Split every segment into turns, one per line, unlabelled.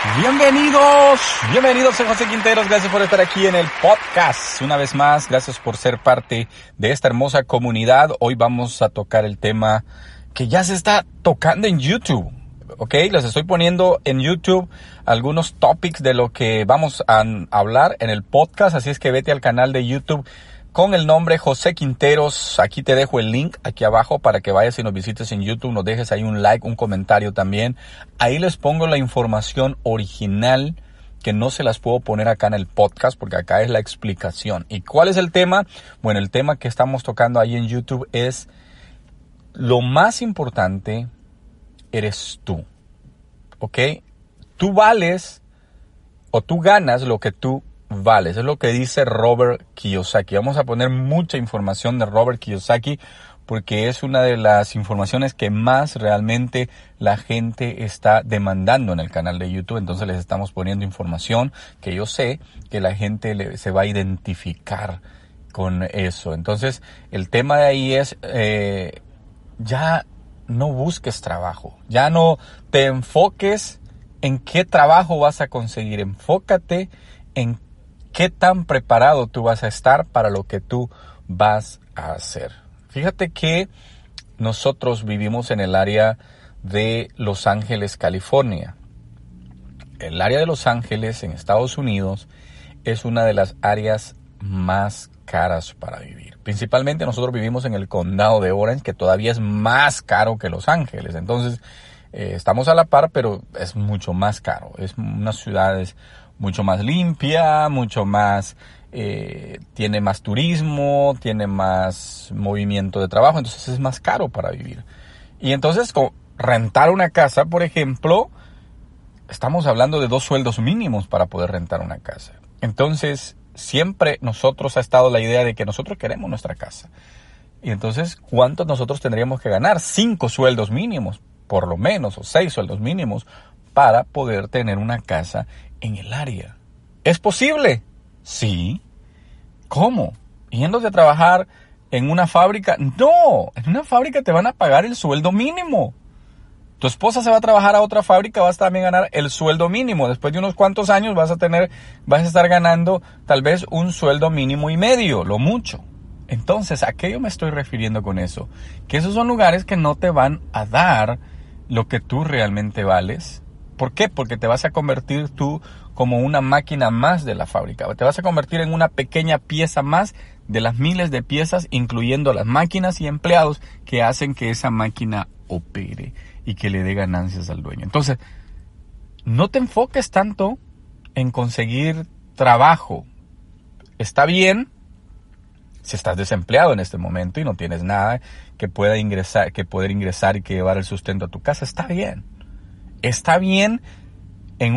Bienvenidos, soy José Quinteros, gracias por estar aquí en el podcast. Una vez más, gracias por ser parte de esta hermosa comunidad. Hoy vamos a tocar el tema que ya se está tocando en YouTube, ¿ok? Les estoy poniendo en YouTube algunos topics de lo que vamos a hablar en el podcast, así es que vete al canal de YouTube con el nombre José Quinteros. Aquí te dejo el link aquí abajo para que vayas y nos visites en YouTube, nos dejes ahí un like, un comentario también. Ahí les pongo la información original que no se las puedo poner acá en el podcast porque acá es la explicación. ¿Y cuál es el tema? Bueno, el tema que estamos tocando ahí en YouTube es lo más importante eres tú, ¿ok? Tú vales o tú ganas lo que tú vales. Es lo que dice Robert Kiyosaki. Vamos a poner mucha información de Robert Kiyosaki porque es una de las informaciones que más realmente la gente está demandando en el canal de YouTube. Entonces les estamos poniendo información que yo sé que la gente se va a identificar con eso. Entonces el tema de ahí es ya no busques trabajo. Ya no te enfoques en qué trabajo vas a conseguir. Enfócate en qué tan preparado tú vas a estar para lo que tú vas a hacer. Fíjate que nosotros vivimos en el área de Los Ángeles, California. El área de Los Ángeles en Estados Unidos es una de las áreas más caras para vivir. Principalmente nosotros vivimos en el condado de Orange, que todavía es más caro que Los Ángeles. Entonces, estamos a la par, pero es mucho más caro. Es una ciudad mucho más limpia, mucho más, tiene más turismo, tiene más movimiento de trabajo, entonces es más caro para vivir. Y entonces rentar una casa, por ejemplo, estamos hablando de 2 sueldos mínimos para poder rentar una casa. Entonces, siempre nosotros ha estado la idea de que nosotros queremos nuestra casa. Y entonces, ¿cuánto nosotros tendríamos que ganar? 5 sueldos mínimos, por lo menos, o 6 sueldos mínimos, para poder tener una casa en el área. ¿Es posible? Sí. ¿Cómo? ¿Yéndote a trabajar en una fábrica? No, en una fábrica te van a pagar el sueldo mínimo. Tu esposa se va a trabajar a otra fábrica, vas a también ganar el sueldo mínimo. Después de unos cuantos años vas a estar ganando tal vez un sueldo mínimo y medio, lo mucho. Entonces, ¿a qué yo me estoy refiriendo con eso? Que esos son lugares que no te van a dar lo que tú realmente vales. ¿Por qué? Porque te vas a convertir tú como una máquina más de la fábrica. Te vas a convertir en una pequeña pieza más de las miles de piezas, incluyendo las máquinas y empleados que hacen que esa máquina opere y que le dé ganancias al dueño. Entonces, no te enfoques tanto en conseguir trabajo. Está bien si estás desempleado en este momento y no tienes nada que poder ingresar y que llevar el sustento a tu casa. Está bien. Está bien en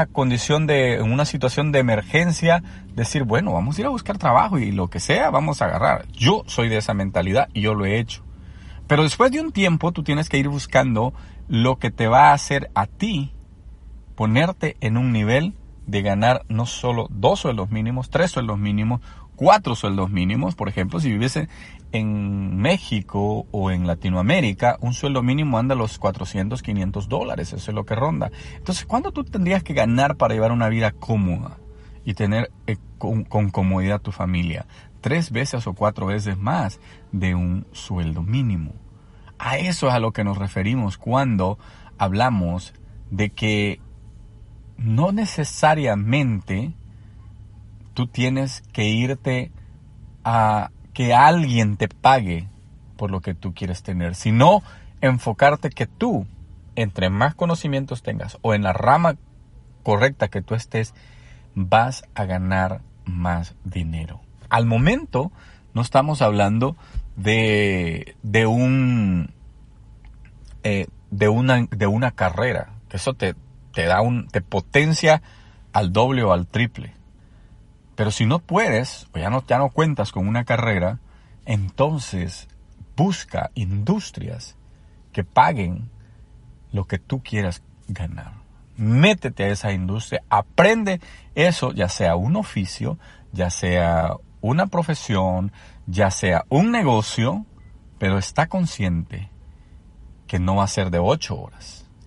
en una situación de emergencia, decir, bueno, vamos a ir a buscar trabajo y lo que sea vamos a agarrar. Yo soy de esa mentalidad y yo lo he hecho. Pero después de un tiempo tú tienes que ir buscando lo que te va a hacer a ti ponerte en un nivel de ganar no solo 2 sueldos mínimos, 3 sueldos mínimos, 4 sueldos mínimos. Por ejemplo, si vives en México o en Latinoamérica, un sueldo mínimo anda a los $400, $500. Eso es lo que ronda. Entonces, ¿cuánto tú tendrías que ganar para llevar una vida cómoda y tener con comodidad tu familia? 3 veces o 4 veces más de un sueldo mínimo. A eso es a lo que nos referimos cuando hablamos de que no necesariamente tú tienes que irte a que alguien te pague por lo que tú quieres tener, sino enfocarte que tú, entre más conocimientos tengas o en la rama correcta que tú estés, vas a ganar más dinero. Al momento no estamos hablando de una carrera, que eso te potencia al doble o al triple. Pero si no puedes, o ya no cuentas con una carrera, entonces busca industrias que paguen lo que tú quieras ganar. Métete a esa industria, aprende eso, ya sea un oficio, ya sea una profesión, ya sea un negocio, pero está consciente que no va a ser de 8 horas,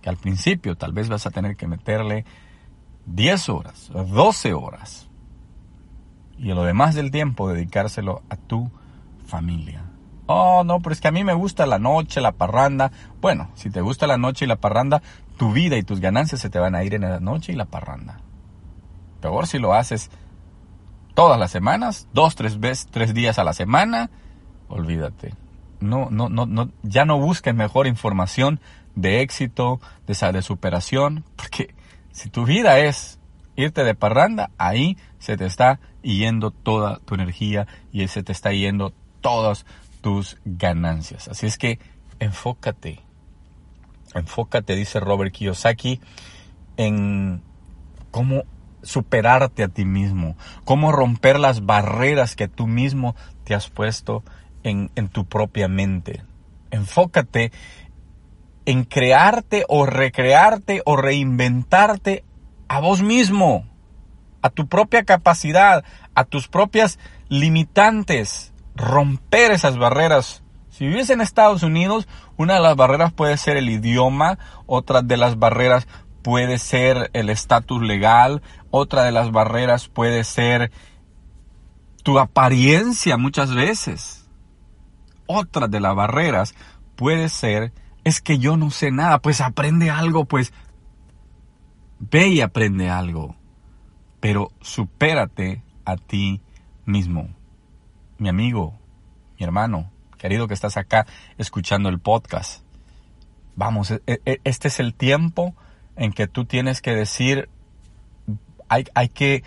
que al principio tal vez vas a tener que meterle 10 horas, 12 horas. Y lo demás del tiempo dedicárselo a tu familia. Oh, no, pero es que a mí me gusta la noche, la parranda. Bueno, si te gusta la noche y la parranda, tu vida y tus ganancias se te van a ir en la noche y la parranda. Peor si lo haces todas las semanas, 3 días a la semana, olvídate. No, ya no busques mejor información de éxito, de superación, porque si tu vida es irte de parranda, ahí se te está yendo toda tu energía y se te está yendo todas tus ganancias. Así es que enfócate, dice Robert Kiyosaki, en cómo superarte a ti mismo, cómo romper las barreras que tú mismo te has puesto en tu propia mente. Enfócate en crearte o recrearte o reinventarte a vos mismo, a tu propia capacidad, a tus propias limitantes, romper esas barreras. Si vives en Estados Unidos, una de las barreras puede ser el idioma, otra de las barreras puede ser el estatus legal, otra de las barreras puede ser tu apariencia muchas veces. Otra de las barreras puede ser, es que yo no sé nada, pues aprende algo, pues ve y aprende algo, pero supérate a ti mismo. Mi amigo, mi hermano, querido que estás acá escuchando el podcast, vamos, este es el tiempo en que tú tienes que decir, hay que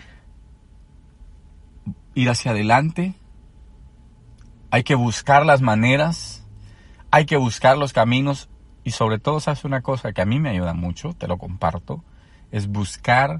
ir hacia adelante, hay que buscar las maneras, hay que buscar los caminos y sobre todo, ¿sabes una cosa que a mí me ayuda mucho? Te lo comparto, es buscar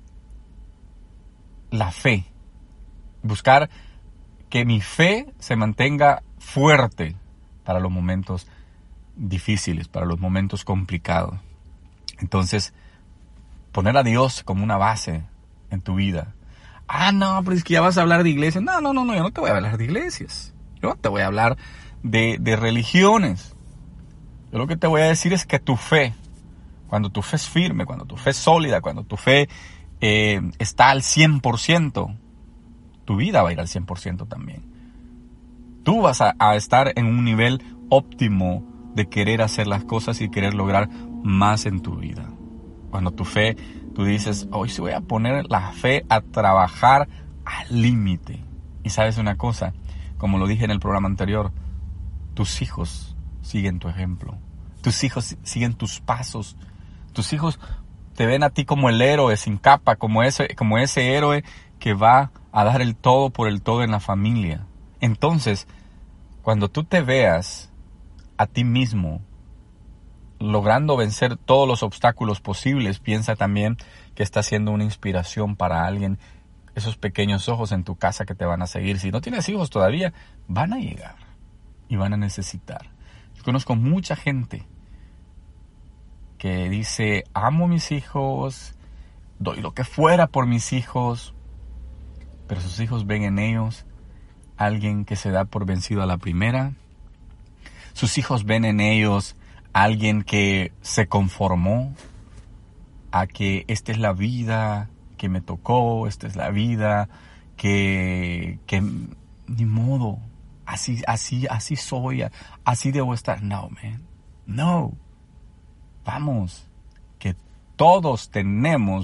la fe, buscar que mi fe se mantenga fuerte para los momentos difíciles, para los momentos complicados. Entonces, poner a Dios como una base en tu vida. Ah, no, pero es que ya vas a hablar de iglesias. No, yo no te voy a hablar de iglesias. Yo no te voy a hablar de religiones. Yo lo que te voy a decir es que tu fe, cuando tu fe es firme, cuando tu fe es sólida, cuando tu fe está al 100%, tu vida va a ir al 100% también. Tú vas a estar en un nivel óptimo de querer hacer las cosas y querer lograr más en tu vida. Cuando tu fe, tú dices, hoy sí voy a poner la fe a trabajar al límite. Y sabes una cosa, como lo dije en el programa anterior, tus hijos siguen tu ejemplo. Tus hijos siguen tus pasos. Tus hijos te ven a ti como el héroe sin capa, como ese héroe que va a dar el todo por el todo en la familia. Entonces, cuando tú te veas a ti mismo logrando vencer todos los obstáculos posibles, piensa también que está siendo una inspiración para alguien, esos pequeños ojos en tu casa que te van a seguir. Si no tienes hijos todavía, van a llegar y van a necesitar. Yo conozco mucha gente que dice, amo a mis hijos, doy lo que fuera por mis hijos, pero sus hijos ven en ellos alguien que se da por vencido a la primera. Sus hijos ven en ellos alguien que se conformó a que esta es la vida que me tocó, esta es la vida que ni modo, así soy, así debo estar. No, man, no. Vamos, que todos tenemos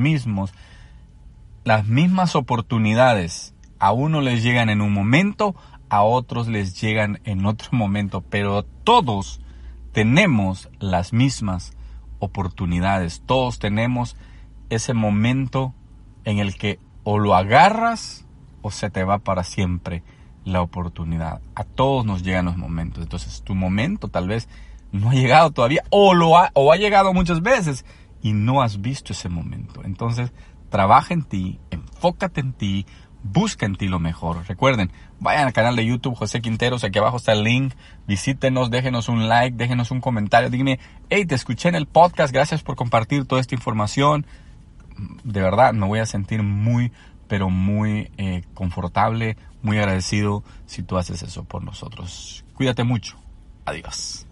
las mismas oportunidades. A uno les llegan en un momento, a otros les llegan en otro momento, pero todos tenemos las mismas oportunidades. Todos tenemos ese momento en el que o lo agarras o se te va para siempre la oportunidad. A todos nos llegan los momentos. Entonces, tu momento tal vez no ha llegado todavía o ha llegado muchas veces y no has visto ese momento. Entonces, trabaja en ti, enfócate en ti, busca en ti lo mejor. Recuerden, vayan al canal de YouTube José Quinteros, aquí abajo está el link, visítenos, déjenos un like, déjenos un comentario, díganme, hey, te escuché en el podcast, gracias por compartir toda esta información. De verdad, me voy a sentir muy, pero muy confortable, muy agradecido si tú haces eso por nosotros. Cuídate mucho. Adiós.